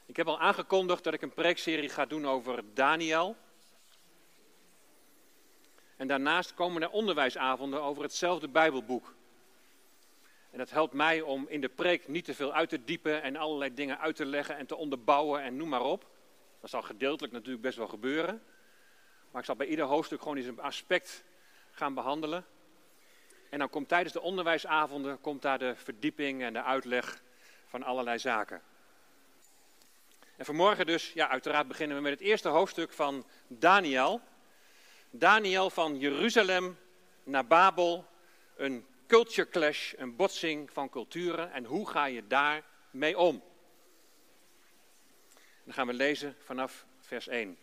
Ik heb al aangekondigd dat ik een preekserie ga doen over Daniel. En daarnaast komen er onderwijsavonden over hetzelfde Bijbelboek. En dat helpt mij om in de preek niet te veel uit te diepen en allerlei dingen uit te leggen en te onderbouwen en noem maar op. Dat zal gedeeltelijk natuurlijk best wel gebeuren. Maar ik zal bij ieder hoofdstuk gewoon eens een aspect gaan behandelen. En dan komt tijdens de onderwijsavonden daar de verdieping en de uitleg van allerlei zaken. En vanmorgen dus, uiteraard beginnen we met het eerste hoofdstuk van Daniel. Daniel van Jeruzalem naar Babel, een culture clash, een botsing van culturen. En hoe ga je daarmee om? Dan gaan we lezen vanaf vers 1.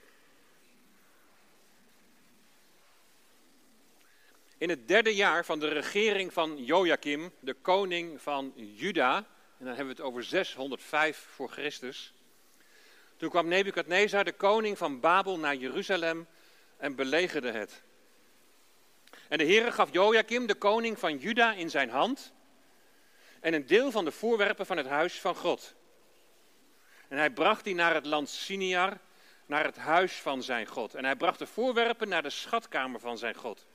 In het 3e jaar van de regering van Jojakim, de koning van Juda, en dan hebben we het over 605 voor Christus. Toen kwam Nebukadnezar, de koning van Babel, naar Jeruzalem en belegerde het. En de Heere gaf Jojakim, de koning van Juda, in zijn hand en een deel van de voorwerpen van het huis van God. En hij bracht die naar het land Siniar, naar het huis van zijn God. En hij bracht de voorwerpen naar de schatkamer van zijn God.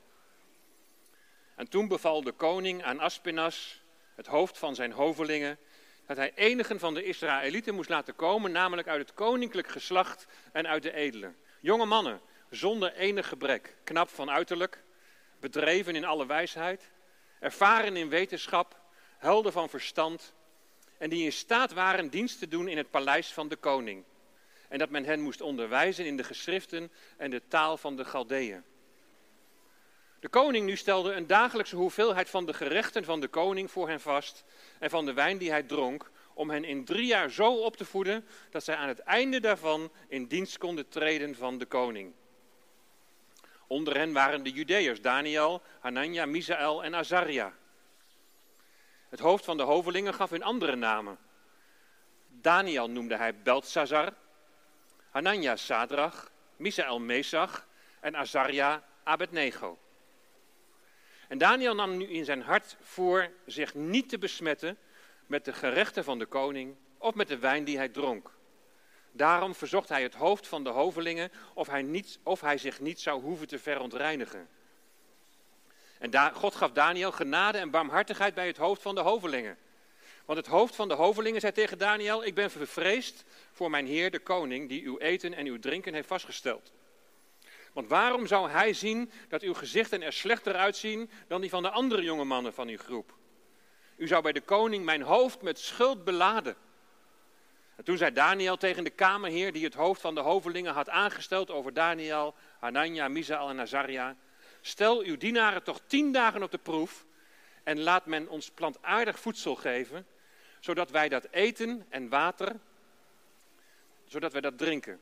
En toen beval de koning aan Aspenas, het hoofd van zijn hovelingen, dat hij enigen van de Israëlieten moest laten komen, namelijk uit het koninklijk geslacht en uit de edelen. Jonge mannen, zonder enig gebrek, knap van uiterlijk, bedreven in alle wijsheid, ervaren in wetenschap, helder van verstand, en die in staat waren dienst te doen in het paleis van de koning. En dat men hen moest onderwijzen in de geschriften en de taal van de Galdeeën. De koning nu stelde een dagelijkse hoeveelheid van de gerechten van de koning voor hen vast en van de wijn die hij dronk, om hen in 3 jaar zo op te voeden dat zij aan het einde daarvan in dienst konden treden van de koning. Onder hen waren de Judeërs Daniel, Hanania, Misaël en Azaria. Het hoofd van de hovelingen gaf hun andere namen. Daniel noemde hij Beltsazar, Hanania Sadrach, Misaël Mesach en Azaria Abednego. En Daniel nam nu in zijn hart voor zich niet te besmetten met de gerechten van de koning of met de wijn die hij dronk. Daarom verzocht hij het hoofd van de hovelingen of hij zich niet zou hoeven te verontreinigen. En God gaf Daniel genade en barmhartigheid bij het hoofd van de hovelingen. Want het hoofd van de hovelingen zei tegen Daniel: ik ben bevreesd voor mijn heer de koning, die uw eten en uw drinken heeft vastgesteld. Want waarom zou hij zien dat uw gezichten er slechter uitzien dan die van de andere jonge mannen van uw groep? U zou bij de koning mijn hoofd met schuld beladen. En toen zei Daniel tegen de kamerheer die het hoofd van de hovelingen had aangesteld over Daniel, Hanania, Misaël en Azaria: stel uw dienaren toch 10 dagen op de proef en laat men ons plantaardig voedsel geven, zodat wij dat eten en water, zodat wij dat drinken.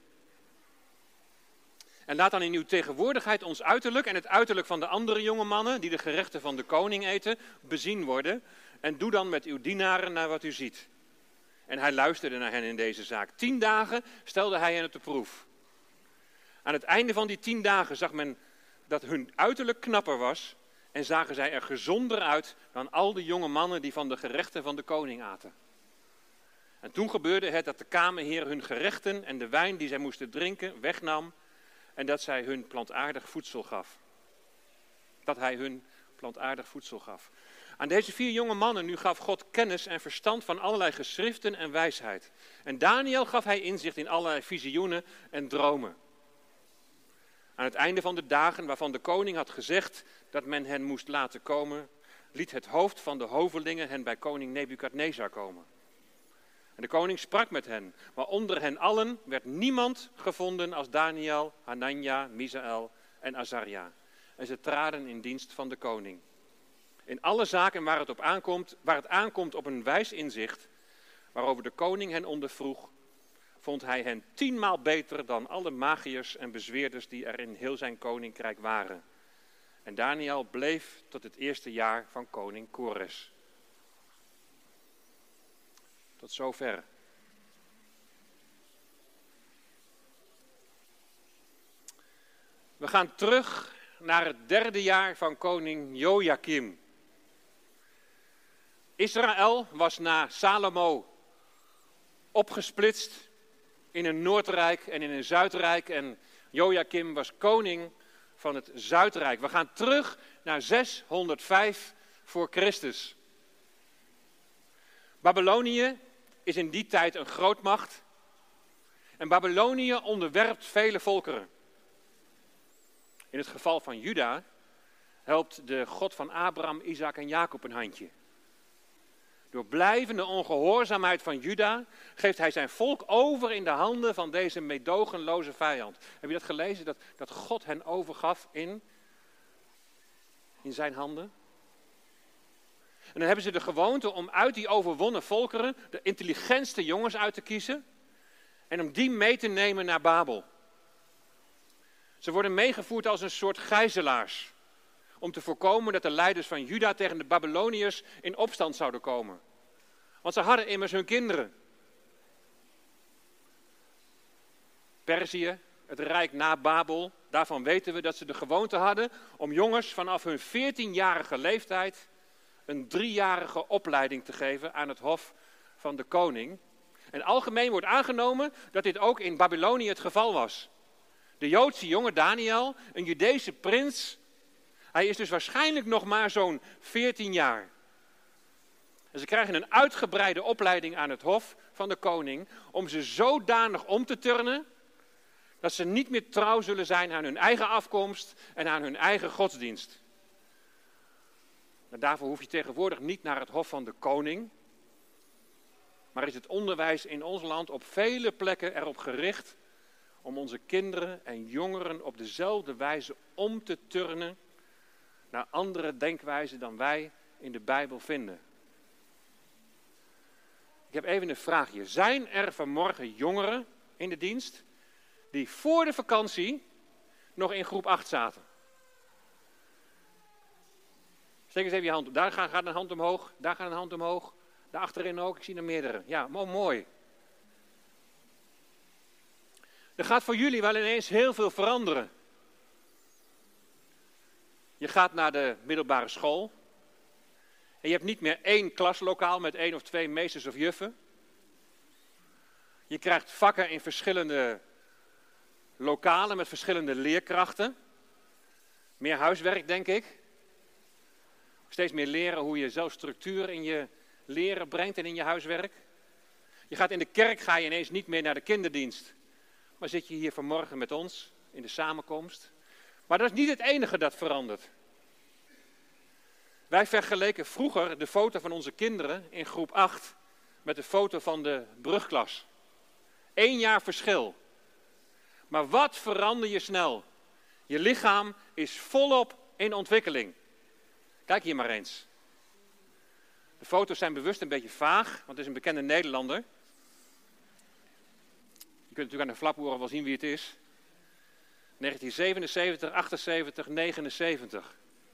En laat dan in uw tegenwoordigheid ons uiterlijk en het uiterlijk van de andere jonge mannen, die de gerechten van de koning eten, bezien worden. En doe dan met uw dienaren naar wat u ziet. En hij luisterde naar hen in deze zaak. 10 dagen stelde hij hen op de proef. Aan het einde van die 10 dagen zag men dat hun uiterlijk knapper was en zagen zij er gezonder uit dan al de jonge mannen die van de gerechten van de koning aten. En toen gebeurde het dat de kamerheer hun gerechten en de wijn die zij moesten drinken wegnam en dat zij hun plantaardig voedsel gaf. Dat hij hun plantaardig voedsel gaf. Aan deze 4 jonge mannen nu gaf God kennis en verstand van allerlei geschriften en wijsheid. En Daniel gaf hij inzicht in allerlei visioenen en dromen. Aan het einde van de dagen waarvan de koning had gezegd dat men hen moest laten komen, liet het hoofd van de hovelingen hen bij koning Nebukadnezar komen. En de koning sprak met hen, maar onder hen allen werd niemand gevonden als Daniel, Hanania, Misaël en Azaria. En ze traden in dienst van de koning. In alle zaken waar het aankomt op een wijs inzicht, waarover de koning hen ondervroeg, vond hij hen 10 maal beter dan alle magiërs en bezweerders die er in heel zijn koninkrijk waren. En Daniel bleef tot het 1e jaar van koning Kores. Tot zover. We gaan terug naar het 3e jaar van koning Jojakim. Israël was na Salomo opgesplitst in een Noordrijk en in een Zuidrijk. En Jojakim was koning van het Zuidrijk. We gaan terug naar 605 voor Christus. Babylonië is in die tijd een grootmacht. En Babylonië onderwerpt vele volkeren. In het geval van Juda helpt de God van Abraham, Isaac en Jacob een handje. Door blijvende ongehoorzaamheid van Juda geeft hij zijn volk over in de handen van deze meedogenloze vijand. Heb je dat gelezen? Dat God hen overgaf in zijn handen? En dan hebben ze de gewoonte om uit die overwonnen volkeren de intelligentste jongens uit te kiezen en om die mee te nemen naar Babel. Ze worden meegevoerd als een soort gijzelaars, om te voorkomen dat de leiders van Juda tegen de Babyloniërs in opstand zouden komen. Want ze hadden immers hun kinderen. Perzië, het rijk na Babel, daarvan weten we dat ze de gewoonte hadden om jongens vanaf hun 14-jarige leeftijd een 3-jarige opleiding te geven aan het hof van de koning. En algemeen wordt aangenomen dat dit ook in Babylonië het geval was. De Joodse jongen Daniel, een Judese prins, hij is dus waarschijnlijk nog maar zo'n 14 jaar. En ze krijgen een uitgebreide opleiding aan het hof van de koning om ze zodanig om te turnen dat ze niet meer trouw zullen zijn aan hun eigen afkomst en aan hun eigen godsdienst. Maar daarvoor hoef je tegenwoordig niet naar het hof van de koning. Maar is het onderwijs in ons land op vele plekken erop gericht om onze kinderen en jongeren op dezelfde wijze om te turnen naar andere denkwijzen dan wij in de Bijbel vinden. Ik heb even een vraagje. Zijn er vanmorgen jongeren in de dienst die voor de vakantie nog in groep 8 zaten? Steek eens even je hand op. Daar gaat een hand omhoog, daar gaat een hand omhoog. Daar achterin ook, ik zie er meerdere. Ja, mooi. Er gaat voor jullie wel ineens heel veel veranderen. Je gaat naar de middelbare school. En je hebt niet meer 1 klaslokaal met 1 of 2 meesters of juffen. Je krijgt vakken in verschillende lokalen met verschillende leerkrachten. Meer huiswerk, denk ik. Steeds meer leren hoe je zelf structuur in je leren brengt en in je huiswerk. Je gaat in de kerk, ga je ineens niet meer naar de kinderdienst. Maar zit je hier vanmorgen met ons in de samenkomst. Maar dat is niet het enige dat verandert. Wij vergeleken vroeger de foto van onze kinderen in groep 8 met de foto van de brugklas. 1 jaar verschil. Maar wat verander je snel? Je lichaam is volop in ontwikkeling. Kijk hier maar eens. De foto's zijn bewust een beetje vaag, want het is een bekende Nederlander. Je kunt natuurlijk aan de flaporen wel zien wie het is. 1977, 78, 79.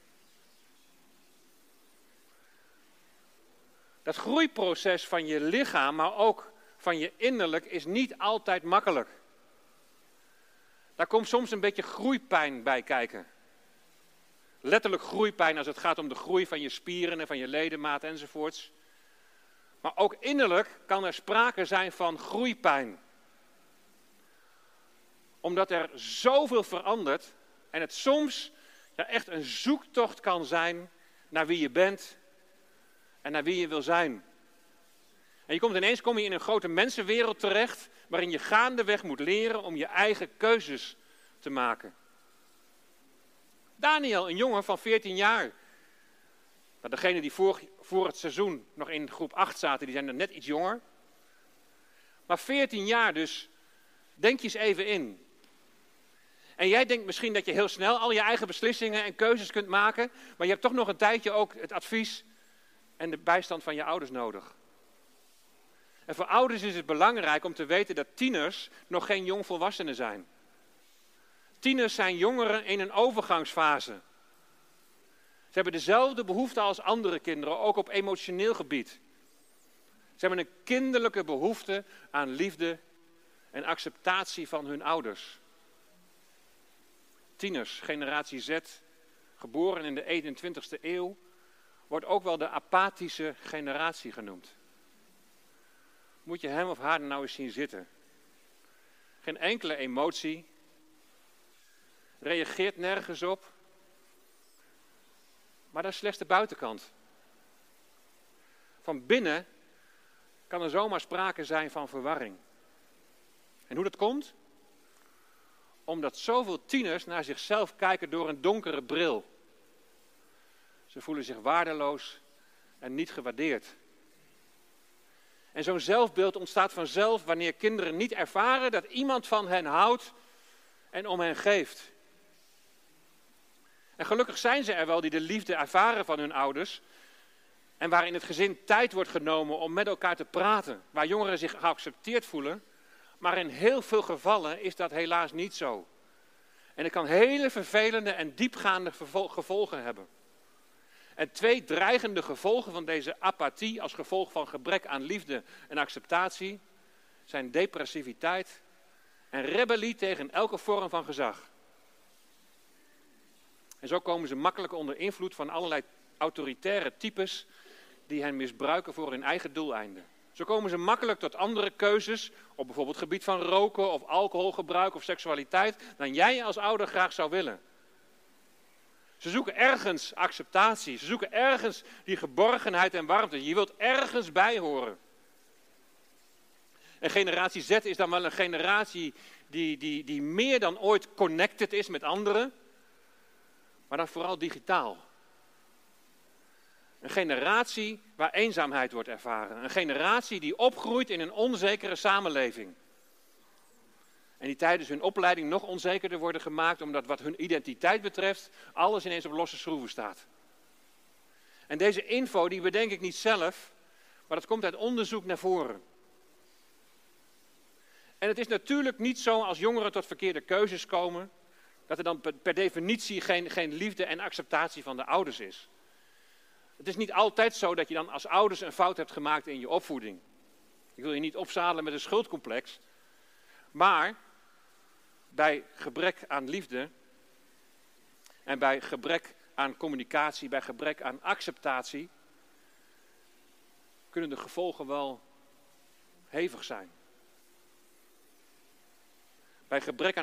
Dat groeiproces van je lichaam, maar ook van je innerlijk, is niet altijd makkelijk. Daar komt soms een beetje groeipijn bij kijken. Letterlijk groeipijn als het gaat om de groei van je spieren en van je ledematen enzovoorts. Maar ook innerlijk kan er sprake zijn van groeipijn. Omdat er zoveel verandert en het soms echt een zoektocht kan zijn naar wie je bent en naar wie je wil zijn. En ineens kom je in een grote mensenwereld terecht waarin je gaandeweg moet leren om je eigen keuzes te maken. Daniel, een jongen van 14 jaar. Nou, degenen die voor het seizoen nog in groep 8 zaten, die zijn er net iets jonger. Maar 14 jaar dus, denk je eens even in. En jij denkt misschien dat je heel snel al je eigen beslissingen en keuzes kunt maken, maar je hebt toch nog een tijdje ook het advies en de bijstand van je ouders nodig. En voor ouders is het belangrijk om te weten dat tieners nog geen jongvolwassenen zijn. Tieners zijn jongeren in een overgangsfase. Ze hebben dezelfde behoeften als andere kinderen, ook op emotioneel gebied. Ze hebben een kinderlijke behoefte aan liefde en acceptatie van hun ouders. Tieners, generatie Z, geboren in de 21ste eeuw, wordt ook wel de apathische generatie genoemd. Moet je hem of haar nou eens zien zitten. geen enkele emotie, reageert nergens op. Maar dat is slechts de buitenkant. Van binnen kan er zomaar sprake zijn van verwarring. En hoe dat komt? Omdat zoveel tieners naar zichzelf kijken door een donkere bril. Ze voelen zich waardeloos en niet gewaardeerd. En zo'n zelfbeeld ontstaat vanzelf wanneer kinderen niet ervaren dat iemand van hen houdt en om hen geeft. En gelukkig zijn ze er wel die de liefde ervaren van hun ouders. En waar in het gezin tijd wordt genomen om met elkaar te praten. Waar jongeren zich geaccepteerd voelen. Maar in heel veel gevallen is dat helaas niet zo. En het kan hele vervelende en diepgaande gevolgen hebben. En 2 dreigende gevolgen van deze apathie als gevolg van gebrek aan liefde en acceptatie zijn depressiviteit en rebellie tegen elke vorm van gezag. En zo komen ze makkelijk onder invloed van allerlei autoritaire types die hen misbruiken voor hun eigen doeleinden. Zo komen ze makkelijk tot andere keuzes op bijvoorbeeld het gebied van roken of alcoholgebruik of seksualiteit dan jij als ouder graag zou willen. Ze zoeken ergens acceptatie, ze zoeken ergens die geborgenheid en warmte. Je wilt ergens bij horen. En generatie Z is dan wel een generatie die meer dan ooit connected is met anderen, maar dan vooral digitaal. Een generatie waar eenzaamheid wordt ervaren. Een generatie die opgroeit in een onzekere samenleving. En die tijdens hun opleiding nog onzekerder worden gemaakt, omdat wat hun identiteit betreft alles ineens op losse schroeven staat. En deze info die bedenk ik niet zelf, maar dat komt uit onderzoek naar voren. En het is natuurlijk niet zo als jongeren tot verkeerde keuzes komen, dat er dan per definitie geen liefde en acceptatie van de ouders is. Het is niet altijd zo dat je dan als ouders een fout hebt gemaakt in je opvoeding. Ik wil je niet opzadelen met een schuldcomplex. Maar bij gebrek aan liefde en bij gebrek aan communicatie, bij gebrek aan acceptatie, kunnen de gevolgen wel hevig zijn. Bij gebrek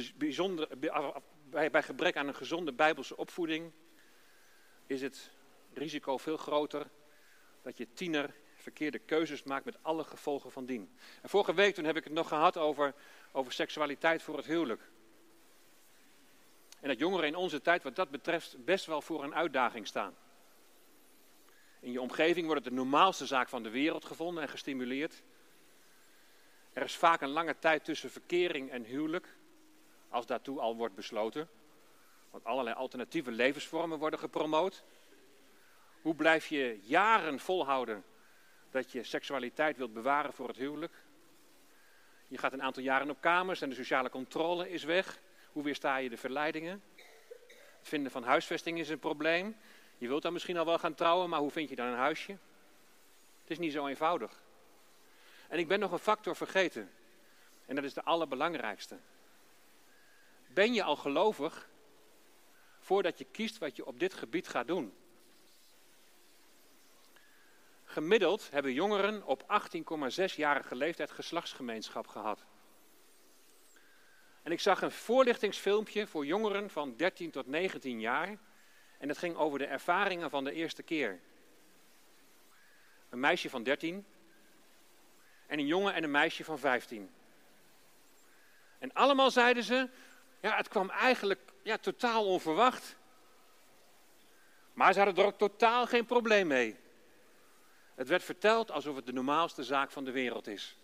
aan een gezonde Bijbelse opvoeding is het risico veel groter dat je tiener verkeerde keuzes maakt met alle gevolgen van dien. En vorige week toen heb ik het nog gehad over seksualiteit voor het huwelijk. En dat jongeren in onze tijd wat dat betreft best wel voor een uitdaging staan. In je omgeving wordt het de normaalste zaak van de wereld gevonden en gestimuleerd. Er is vaak een lange tijd tussen verkering en huwelijk, als daartoe al wordt besloten. Want allerlei alternatieve levensvormen worden gepromoot. Hoe blijf je jaren volhouden dat je seksualiteit wilt bewaren voor het huwelijk? Je gaat een aantal jaren op kamers en de sociale controle is weg. Hoe weersta je de verleidingen? Het vinden van huisvesting is een probleem. Je wilt dan misschien al wel gaan trouwen, maar hoe vind je dan een huisje? Het is niet zo eenvoudig. En ik ben nog een factor vergeten. En dat is de allerbelangrijkste. Ben je al gelovig voordat je kiest wat je op dit gebied gaat doen? Gemiddeld hebben jongeren op 18,6-jarige leeftijd geslachtsgemeenschap gehad. En ik zag een voorlichtingsfilmpje voor jongeren van 13 tot 19 jaar. En dat ging over de ervaringen van de eerste keer. Een meisje van 13 en een jongen en een meisje van 15. En allemaal zeiden ze, ja, het kwam eigenlijk totaal onverwacht. Maar ze hadden er ook totaal geen probleem mee. Het werd verteld alsof het de normaalste zaak van de wereld is.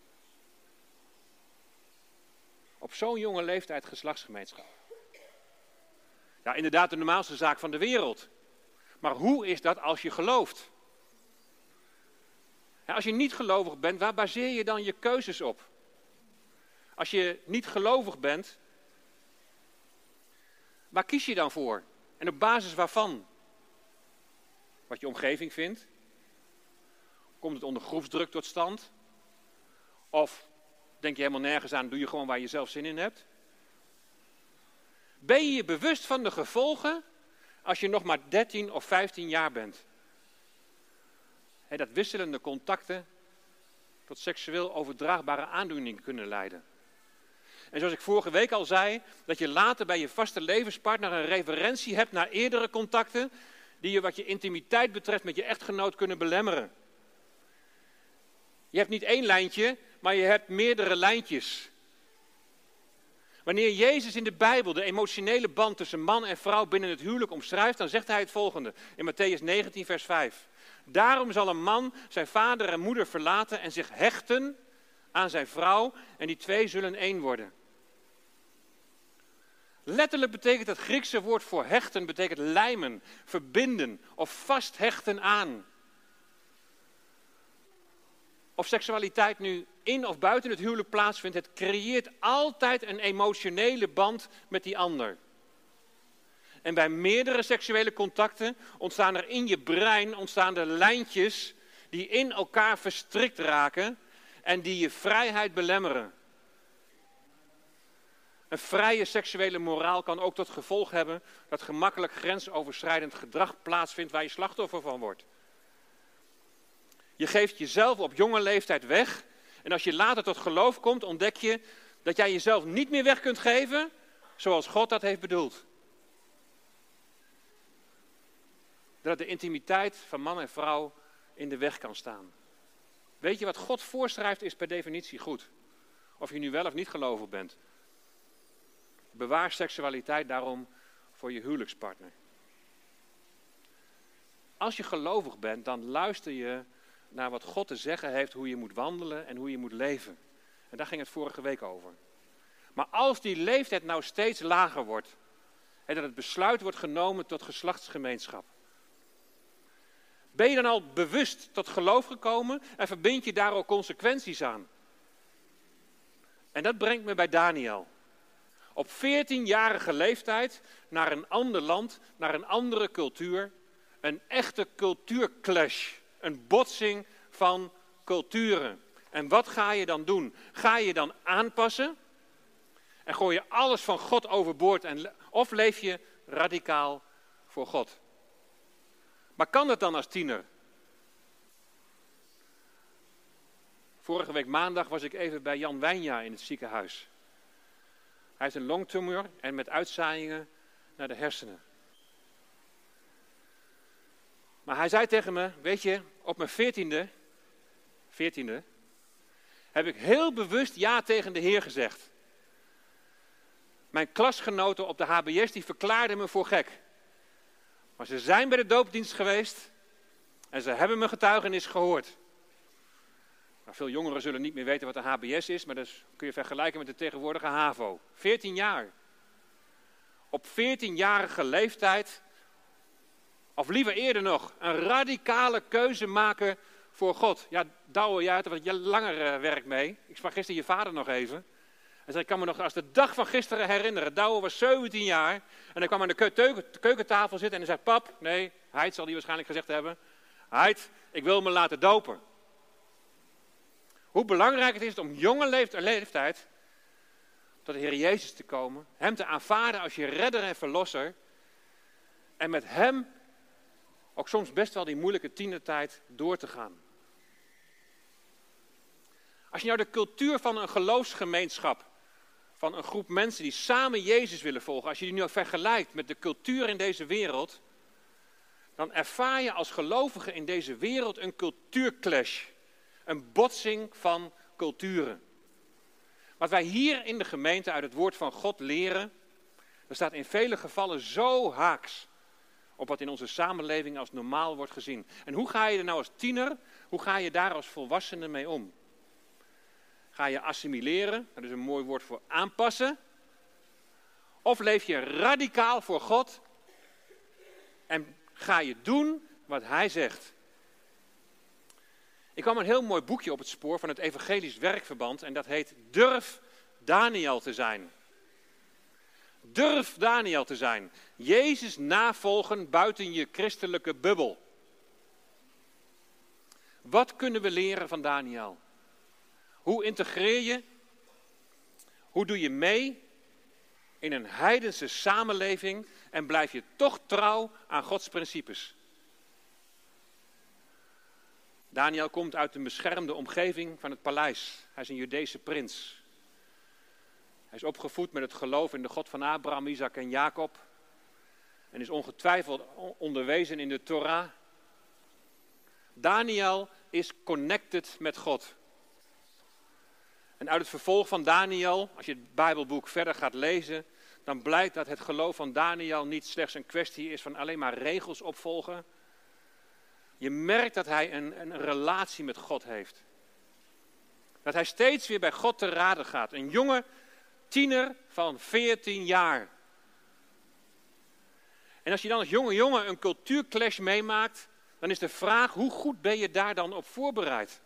Op zo'n jonge leeftijd geslachtsgemeenschap. Ja, inderdaad de normaalste zaak van de wereld. Maar hoe is dat als je gelooft? Ja, als je niet gelovig bent, waar baseer je dan je keuzes op? Als je niet gelovig bent, waar kies je dan voor? En op basis waarvan? Wat je omgeving vindt? Komt het onder groepsdruk tot stand? Of denk je helemaal nergens aan, doe je gewoon waar je zelf zin in hebt? Ben je je bewust van de gevolgen als je nog maar 13 of 15 jaar bent? Dat wisselende contacten tot seksueel overdraagbare aandoeningen kunnen leiden. En zoals ik vorige week al zei, dat je later bij je vaste levenspartner een referentie hebt naar eerdere contacten die je wat je intimiteit betreft met je echtgenoot kunnen belemmeren. Je hebt niet één lijntje, maar je hebt meerdere lijntjes. Wanneer Jezus in de Bijbel de emotionele band tussen man en vrouw binnen het huwelijk omschrijft, dan zegt hij het volgende in Mattheüs 19 vers 5. Daarom zal een man zijn vader en moeder verlaten en zich hechten aan zijn vrouw en die twee zullen één worden. Letterlijk betekent het Griekse woord voor hechten, betekent lijmen, verbinden of vasthechten aan. Of seksualiteit nu in of buiten het huwelijk plaatsvindt, het creëert altijd een emotionele band met die ander. En bij meerdere seksuele contacten ontstaan er in je brein lijntjes die in elkaar verstrikt raken en die je vrijheid belemmeren. Een vrije seksuele moraal kan ook tot gevolg hebben dat gemakkelijk grensoverschrijdend gedrag plaatsvindt waar je slachtoffer van wordt. Je geeft jezelf op jonge leeftijd weg en als je later tot geloof komt, ontdek je dat jij jezelf niet meer weg kunt geven zoals God dat heeft bedoeld. Dat de intimiteit van man en vrouw in de weg kan staan. Weet je wat God voorschrijft is per definitie goed. Of je nu wel of niet gelovig bent. Bewaar seksualiteit daarom voor je huwelijkspartner. Als je gelovig bent, dan luister je naar wat God te zeggen heeft, hoe je moet wandelen en hoe je moet leven. En daar ging het vorige week over. Maar als die leeftijd nou steeds lager wordt, en dat het besluit wordt genomen tot geslachtsgemeenschap, ben je dan al bewust tot geloof gekomen en verbind je daar ook consequenties aan? En dat brengt me bij Daniel. Op 14-jarige leeftijd naar een ander land, naar een andere cultuur. Een echte cultuurclash. Een botsing van culturen. En wat ga je dan doen? Ga je dan aanpassen? En gooi je alles van God overboord? Of leef je radicaal voor God? Maar kan dat dan als tiener? Vorige week maandag was ik even bij Jan Wijnja in het ziekenhuis. Hij heeft een longtumor en met uitzaaiingen naar de hersenen. Maar hij zei tegen me, weet je, op mijn 14e, heb ik heel bewust ja tegen de Heer gezegd. Mijn klasgenoten op de HBS die verklaarden me voor gek. Maar ze zijn bij de doopdienst geweest en ze hebben mijn getuigenis gehoord. Nou, veel jongeren zullen niet meer weten wat de HBS is, maar dat kun je vergelijken met de tegenwoordige HAVO. 14 jaar. Op 14-jarige leeftijd, of liever eerder nog, een radicale keuze maken voor God. Ja, Douwe, jij had er wat langer werk mee. Ik sprak gisteren je vader nog even. Hij zei, ik kan me nog als de dag van gisteren herinneren. Douwe was 17 jaar en hij kwam aan de keukentafel zitten en hij zei, pap, nee, Heid zal die waarschijnlijk gezegd hebben. Heid, ik wil me laten dopen. Hoe belangrijk het is om jonge leeftijd tot de Heer Jezus te komen. Hem te aanvaarden als je redder en verlosser. En met hem ook soms best wel die moeilijke tienertijd door te gaan. Als je nou de cultuur van een geloofsgemeenschap, van een groep mensen die samen Jezus willen volgen, als je die nu vergelijkt met de cultuur in deze wereld, dan ervaar je als gelovige in deze wereld een cultuurclash. Een botsing van culturen. Wat wij hier in de gemeente uit het woord van God leren, dat staat in vele gevallen zo haaks op wat in onze samenleving als normaal wordt gezien. En hoe ga je er nou als tiener, hoe ga je daar als volwassene mee om? Ga je assimileren, dat is een mooi woord voor aanpassen? Of leef je radicaal voor God en ga je doen wat Hij zegt? Ik kwam een heel mooi boekje op het spoor van het Evangelisch Werkverband en dat heet Durf Daniel te zijn. Durf Daniel te zijn. Jezus navolgen buiten je christelijke bubbel. Wat kunnen we leren van Daniel? Hoe integreer je? Hoe doe je mee in een heidense samenleving en blijf je toch trouw aan Gods principes? Daniel komt uit een beschermde omgeving van het paleis. Hij is een Judese prins. Hij is opgevoed met het geloof in de God van Abraham, Isaac en Jacob. En is ongetwijfeld onderwezen in de Torah. Daniel is connected met God. En uit het vervolg van Daniel, als je het Bijbelboek verder gaat lezen, dan blijkt dat het geloof van Daniel niet slechts een kwestie is van alleen maar regels opvolgen. Je merkt dat hij een relatie met God heeft. Dat hij steeds weer bij God te raden gaat. Een jonge tiener van 14 jaar. En als je dan als jonge jongen een cultuurclash meemaakt, dan is de vraag, hoe goed ben je daar dan op voorbereid?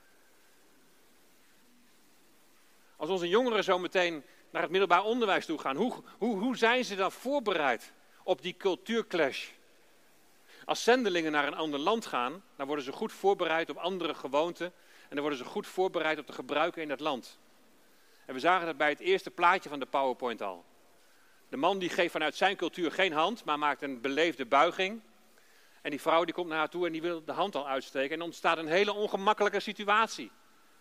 Als onze jongeren zo meteen naar het middelbaar onderwijs toe gaan, hoe zijn ze dan voorbereid op die cultuurclash? Als zendelingen naar een ander land gaan, dan worden ze goed voorbereid op andere gewoonten en dan worden ze goed voorbereid op de gebruiken in dat land. En we zagen dat bij het eerste plaatje van de PowerPoint al. De man die geeft vanuit zijn cultuur geen hand, maar maakt een beleefde buiging. En die vrouw die komt naar haar toe en die wil de hand al uitsteken en dan ontstaat een hele ongemakkelijke situatie.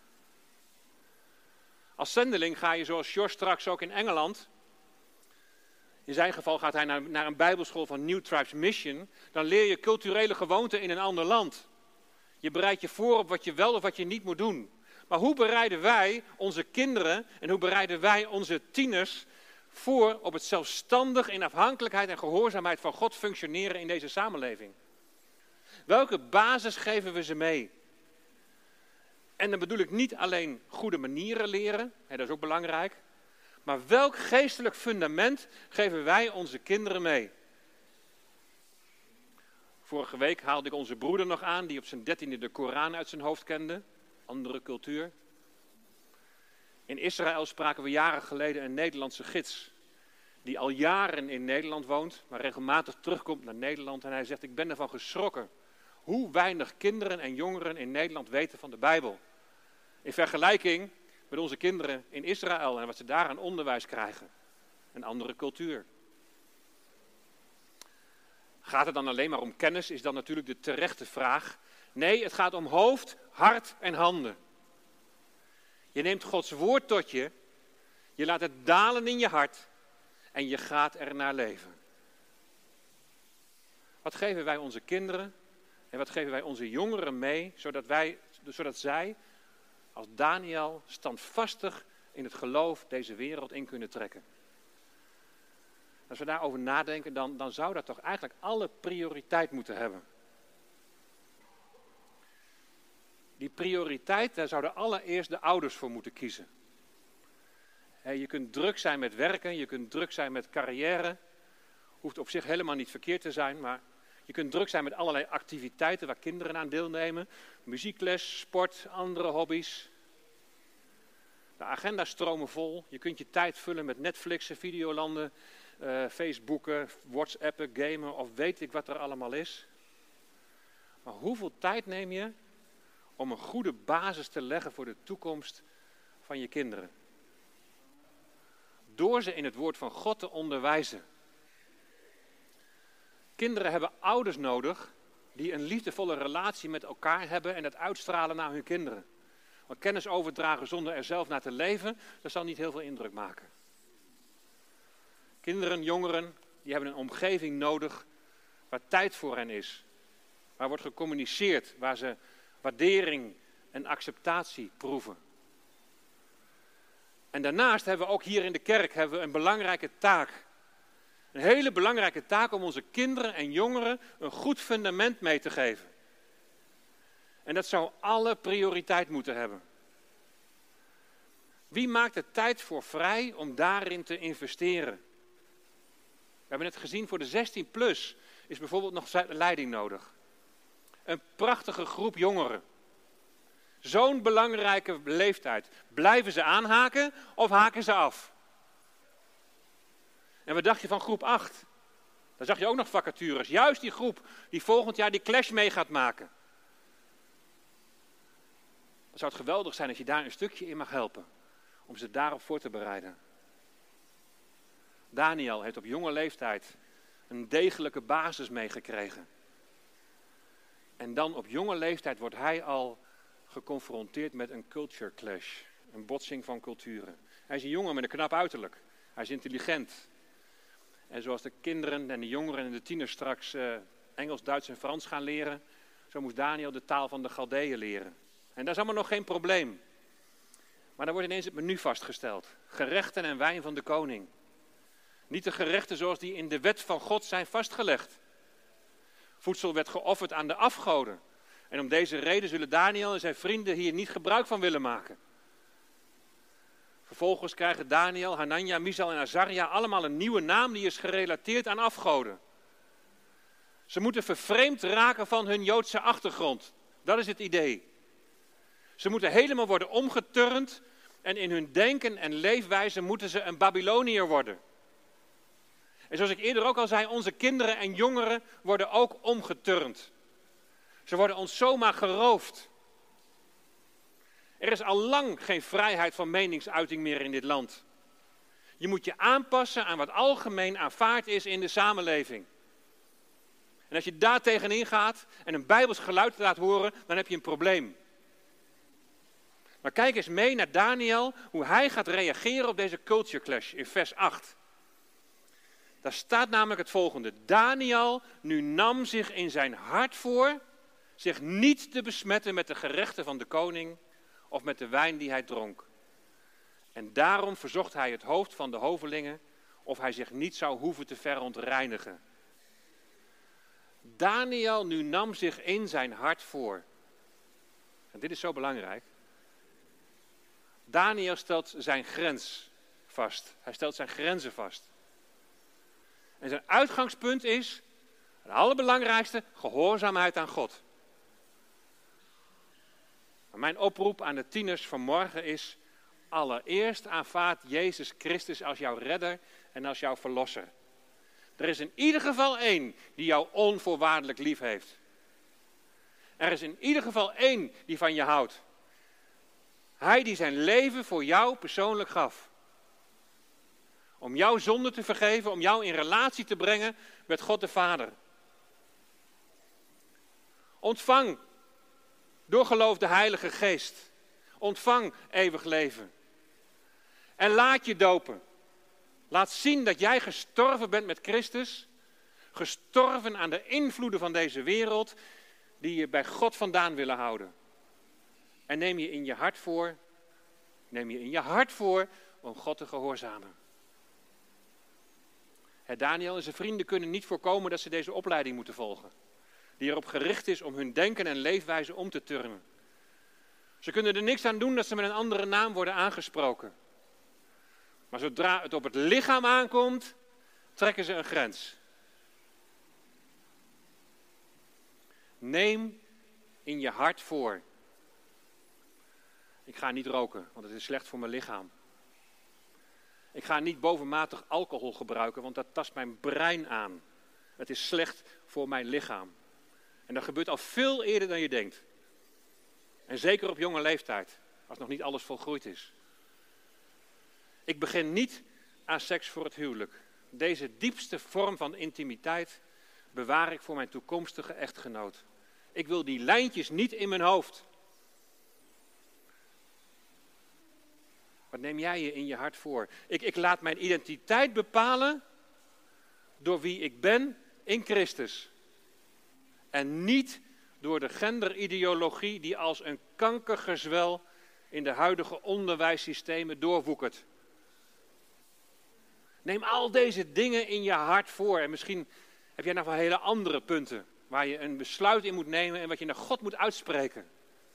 Als zendeling ga je zoals George straks ook in Engeland. In zijn geval gaat hij naar een bijbelschool van New Tribes Mission. Dan leer je culturele gewoonten in een ander land. Je bereidt je voor op wat je wel of wat je niet moet doen. Maar hoe bereiden wij onze kinderen en hoe bereiden wij onze tieners voor op het zelfstandig in afhankelijkheid en gehoorzaamheid van God functioneren in deze samenleving? Welke basis geven we ze mee? En dan bedoel ik niet alleen goede manieren leren, dat is ook belangrijk. Maar welk geestelijk fundament geven wij onze kinderen mee? Vorige week haalde ik onze broeder nog aan, die op zijn 13e de Koran uit zijn hoofd kende. Andere cultuur. In Israël spraken we jaren geleden een Nederlandse gids. Die al jaren in Nederland woont, maar regelmatig terugkomt naar Nederland. En hij zegt, ik ben ervan geschrokken hoe weinig kinderen en jongeren in Nederland weten van de Bijbel. In vergelijking met onze kinderen in Israël en wat ze daar aan onderwijs krijgen. Een andere cultuur. Gaat het dan alleen maar om kennis, is dan natuurlijk de terechte vraag. Nee, het gaat om hoofd, hart en handen. Je neemt Gods woord tot je, je laat het dalen in je hart en je gaat ernaar leven. Wat geven wij onze kinderen en wat geven wij onze jongeren mee, zodat zij als Daniel standvastig in het geloof deze wereld in kunnen trekken? Als we daarover nadenken, dan zou dat toch eigenlijk alle prioriteit moeten hebben. Die prioriteit, daar zouden allereerst de ouders voor moeten kiezen. Je kunt druk zijn met werken, je kunt druk zijn met carrière. Hoeft op zich helemaal niet verkeerd te zijn, maar je kunt druk zijn met allerlei activiteiten waar kinderen aan deelnemen. Muziekles, sport, andere hobby's. De agenda's stromen vol. Je kunt je tijd vullen met Netflixen, Videolanden, Facebooken, WhatsAppen, gamen of weet ik wat er allemaal is. Maar hoeveel tijd neem je om een goede basis te leggen voor de toekomst van je kinderen? Door ze in het woord van God te onderwijzen. Kinderen hebben ouders nodig die een liefdevolle relatie met elkaar hebben en dat uitstralen naar hun kinderen. Want kennis overdragen zonder er zelf naar te leven, dat zal niet heel veel indruk maken. Kinderen, jongeren, die hebben een omgeving nodig waar tijd voor hen is. Waar wordt gecommuniceerd, waar ze waardering en acceptatie proeven. En daarnaast hebben we ook hier in de kerk een belangrijke taak. Een hele belangrijke taak om onze kinderen en jongeren een goed fundament mee te geven. En dat zou alle prioriteit moeten hebben. Wie maakt er tijd voor vrij om daarin te investeren? We hebben net gezien, voor de 16+ is bijvoorbeeld nog leiding nodig. Een prachtige groep jongeren. Zo'n belangrijke leeftijd. Blijven ze aanhaken of haken ze af? En wat dacht je van groep 8? Daar zag je ook nog vacatures. Juist die groep die volgend jaar die clash mee gaat maken. Dan zou het geweldig zijn als je daar een stukje in mag helpen. Om ze daarop voor te bereiden. Daniel heeft op jonge leeftijd een degelijke basis meegekregen. En dan op jonge leeftijd wordt hij al geconfronteerd met een culture clash. Een botsing van culturen. Hij is een jongen met een knap uiterlijk. Hij is intelligent. En zoals de kinderen en de jongeren en de tieners straks Engels, Duits en Frans gaan leren, zo moest Daniel de taal van de Galdeeën leren. En dat is allemaal nog geen probleem. Maar dan wordt ineens het menu vastgesteld. Gerechten en wijn van de koning. Niet de gerechten zoals die in de wet van God zijn vastgelegd. Voedsel werd geofferd aan de afgoden. En om deze reden zullen Daniel en zijn vrienden hier niet gebruik van willen maken. Vervolgens krijgen Daniel, Hanania, Misal en Azaria allemaal een nieuwe naam die is gerelateerd aan afgoden. Ze moeten vervreemd raken van hun Joodse achtergrond. Dat is het idee. Ze moeten helemaal worden omgeturnd en in hun denken en leefwijze moeten ze een Babyloniër worden. En zoals ik eerder ook al zei, onze kinderen en jongeren worden ook omgeturnd. Ze worden ons zomaar geroofd. Er is al lang geen vrijheid van meningsuiting meer in dit land. Je moet je aanpassen aan wat algemeen aanvaard is in de samenleving. En als je daar tegenin gaat en een Bijbels geluid laat horen, dan heb je een probleem. Maar kijk eens mee naar Daniel, hoe hij gaat reageren op deze culture clash in vers 8. Daar staat namelijk het volgende. Daniel nu nam zich in zijn hart voor zich niet te besmetten met de gerechten van de koning of met de wijn die hij dronk. En daarom verzocht hij het hoofd van de hovelingen of hij zich niet zou hoeven te verontreinigen. Daniel nu nam zich in zijn hart voor. En dit is zo belangrijk. Daniel stelt zijn grens vast. Hij stelt zijn grenzen vast. En zijn uitgangspunt is, het allerbelangrijkste, gehoorzaamheid aan God. Maar mijn oproep aan de tieners vanmorgen is, allereerst aanvaard Jezus Christus als jouw redder en als jouw verlosser. Er is in ieder geval één die jou onvoorwaardelijk lief heeft. Er is in ieder geval één die van je houdt. Hij die zijn leven voor jou persoonlijk gaf. Om jouw zonde te vergeven, om jou in relatie te brengen met God de Vader. Ontvang door geloof de Heilige Geest. Ontvang eeuwig leven. En laat je dopen. Laat zien dat jij gestorven bent met Christus. Gestorven aan de invloeden van deze wereld die je bij God vandaan willen houden. En neem je in je hart voor om God te gehoorzamen. Daniel en zijn vrienden kunnen niet voorkomen dat ze deze opleiding moeten volgen. Die erop gericht is om hun denken en leefwijze om te turnen. Ze kunnen er niks aan doen dat ze met een andere naam worden aangesproken. Maar zodra het op het lichaam aankomt, trekken ze een grens. Neem in je hart voor. Ik ga niet roken, want het is slecht voor mijn lichaam. Ik ga niet bovenmatig alcohol gebruiken, want dat tast mijn brein aan. Het is slecht voor mijn lichaam. En dat gebeurt al veel eerder dan je denkt. En zeker op jonge leeftijd, als nog niet alles volgroeid is. Ik begin niet aan seks voor het huwelijk. Deze diepste vorm van intimiteit bewaar ik voor mijn toekomstige echtgenoot. Ik wil die lijntjes niet in mijn hoofd. Wat neem jij je in je hart voor? Ik laat mijn identiteit bepalen door wie ik ben in Christus. En niet door de genderideologie die als een kankergezwel in de huidige onderwijssystemen doorwoekert. Neem al deze dingen in je hart voor. En misschien heb jij nog wel hele andere punten waar je een besluit in moet nemen en wat je naar God moet uitspreken.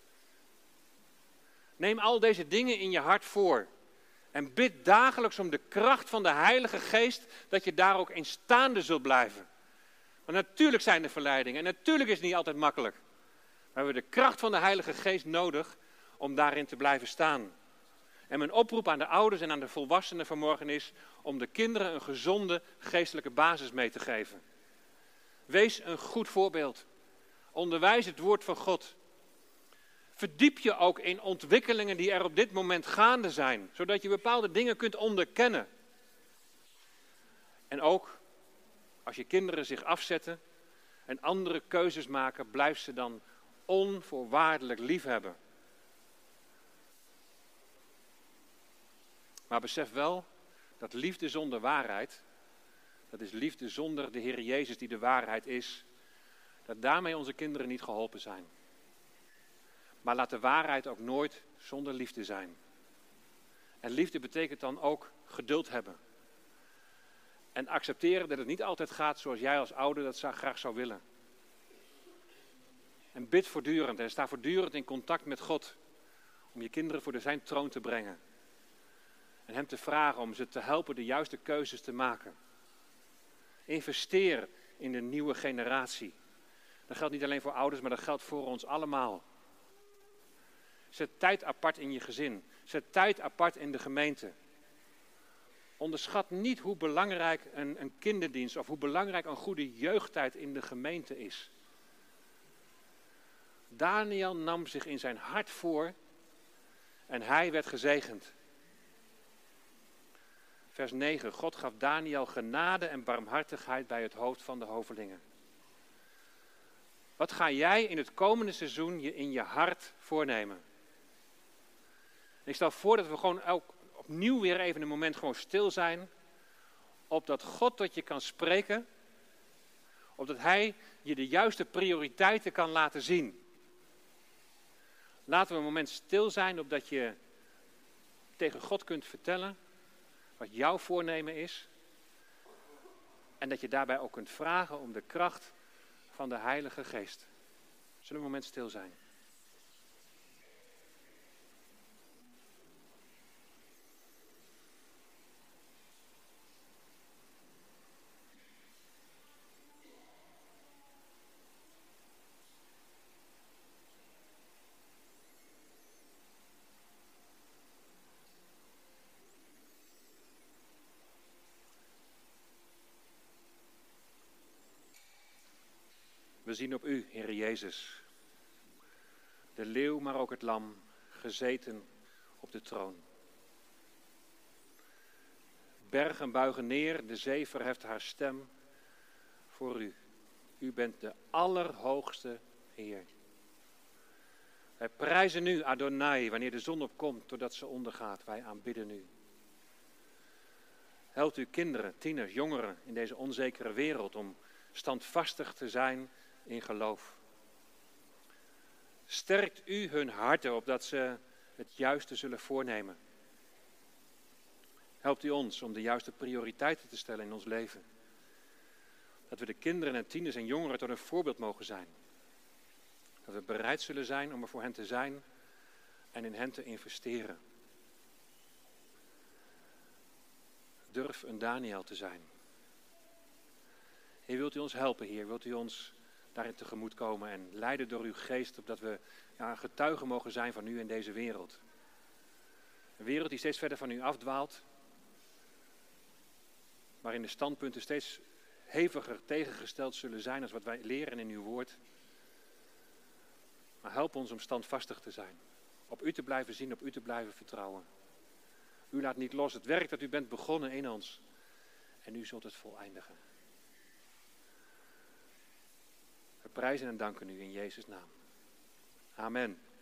Neem al deze dingen in je hart voor. En bid dagelijks om de kracht van de Heilige Geest, dat je daar ook in staande zult blijven. Want natuurlijk zijn er verleidingen en natuurlijk is het niet altijd makkelijk. Maar we hebben de kracht van de Heilige Geest nodig om daarin te blijven staan. En mijn oproep aan de ouders en aan de volwassenen vanmorgen is om de kinderen een gezonde geestelijke basis mee te geven. Wees een goed voorbeeld. Onderwijs het woord van God. Verdiep je ook in ontwikkelingen die er op dit moment gaande zijn, zodat je bepaalde dingen kunt onderkennen. En ook, als je kinderen zich afzetten en andere keuzes maken, blijf ze dan onvoorwaardelijk liefhebben. Maar besef wel dat liefde zonder waarheid, dat is liefde zonder de Heer Jezus die de waarheid is, dat daarmee onze kinderen niet geholpen zijn. Maar laat de waarheid ook nooit zonder liefde zijn. En liefde betekent dan ook geduld hebben. En accepteren dat het niet altijd gaat zoals jij als ouder dat graag zou willen. En bid voortdurend en sta voortdurend in contact met God. Om je kinderen voor zijn troon te brengen. En hem te vragen om ze te helpen de juiste keuzes te maken. Investeer in de nieuwe generatie. Dat geldt niet alleen voor ouders, maar dat geldt voor ons allemaal. Zet tijd apart in je gezin. Zet tijd apart in de gemeente. Onderschat niet hoe belangrijk een kinderdienst of hoe belangrijk een goede jeugdtijd in de gemeente is. Daniel nam zich in zijn hart voor en hij werd gezegend. Vers 9. God gaf Daniel genade en barmhartigheid bij het hoofd van de hovelingen. Wat ga jij in het komende seizoen je in je hart voornemen? En ik stel voor dat we gewoon opnieuw weer even een moment gewoon stil zijn. Opdat God tot je kan spreken. Opdat Hij je de juiste prioriteiten kan laten zien. Laten we een moment stil zijn opdat je tegen God kunt vertellen wat jouw voornemen is. En dat je daarbij ook kunt vragen om de kracht van de Heilige Geest. Zullen we een moment stil zijn? We zien op u, Heer Jezus, de leeuw, maar ook het lam, gezeten op de troon. Bergen buigen neer, de zee verheft haar stem voor u. U bent de allerhoogste Heer. Wij prijzen u, Adonai, wanneer de zon opkomt, totdat ze ondergaat. Wij aanbidden u. Helpt uw kinderen, tieners, jongeren in deze onzekere wereld om standvastig te zijn in geloof. Sterkt u hun harten opdat ze het juiste zullen voornemen. Helpt u ons om de juiste prioriteiten te stellen in ons leven. Dat we de kinderen en tieners en jongeren tot een voorbeeld mogen zijn. Dat we bereid zullen zijn om er voor hen te zijn en in hen te investeren. Durf een Daniel te zijn. Heer, wilt u ons helpen, Heer? Wilt u ons daarin tegemoet komen en leiden door uw geest, opdat we getuigen mogen zijn van u in deze wereld. Een wereld die steeds verder van u afdwaalt, waarin de standpunten steeds heviger tegengesteld zullen zijn als wat wij leren in uw woord. Maar help ons om standvastig te zijn, op u te blijven zien, op u te blijven vertrouwen. U laat niet los het werk dat u bent begonnen in ons en u zult het voleindigen. We prijzen en danken u in Jezus' naam. Amen.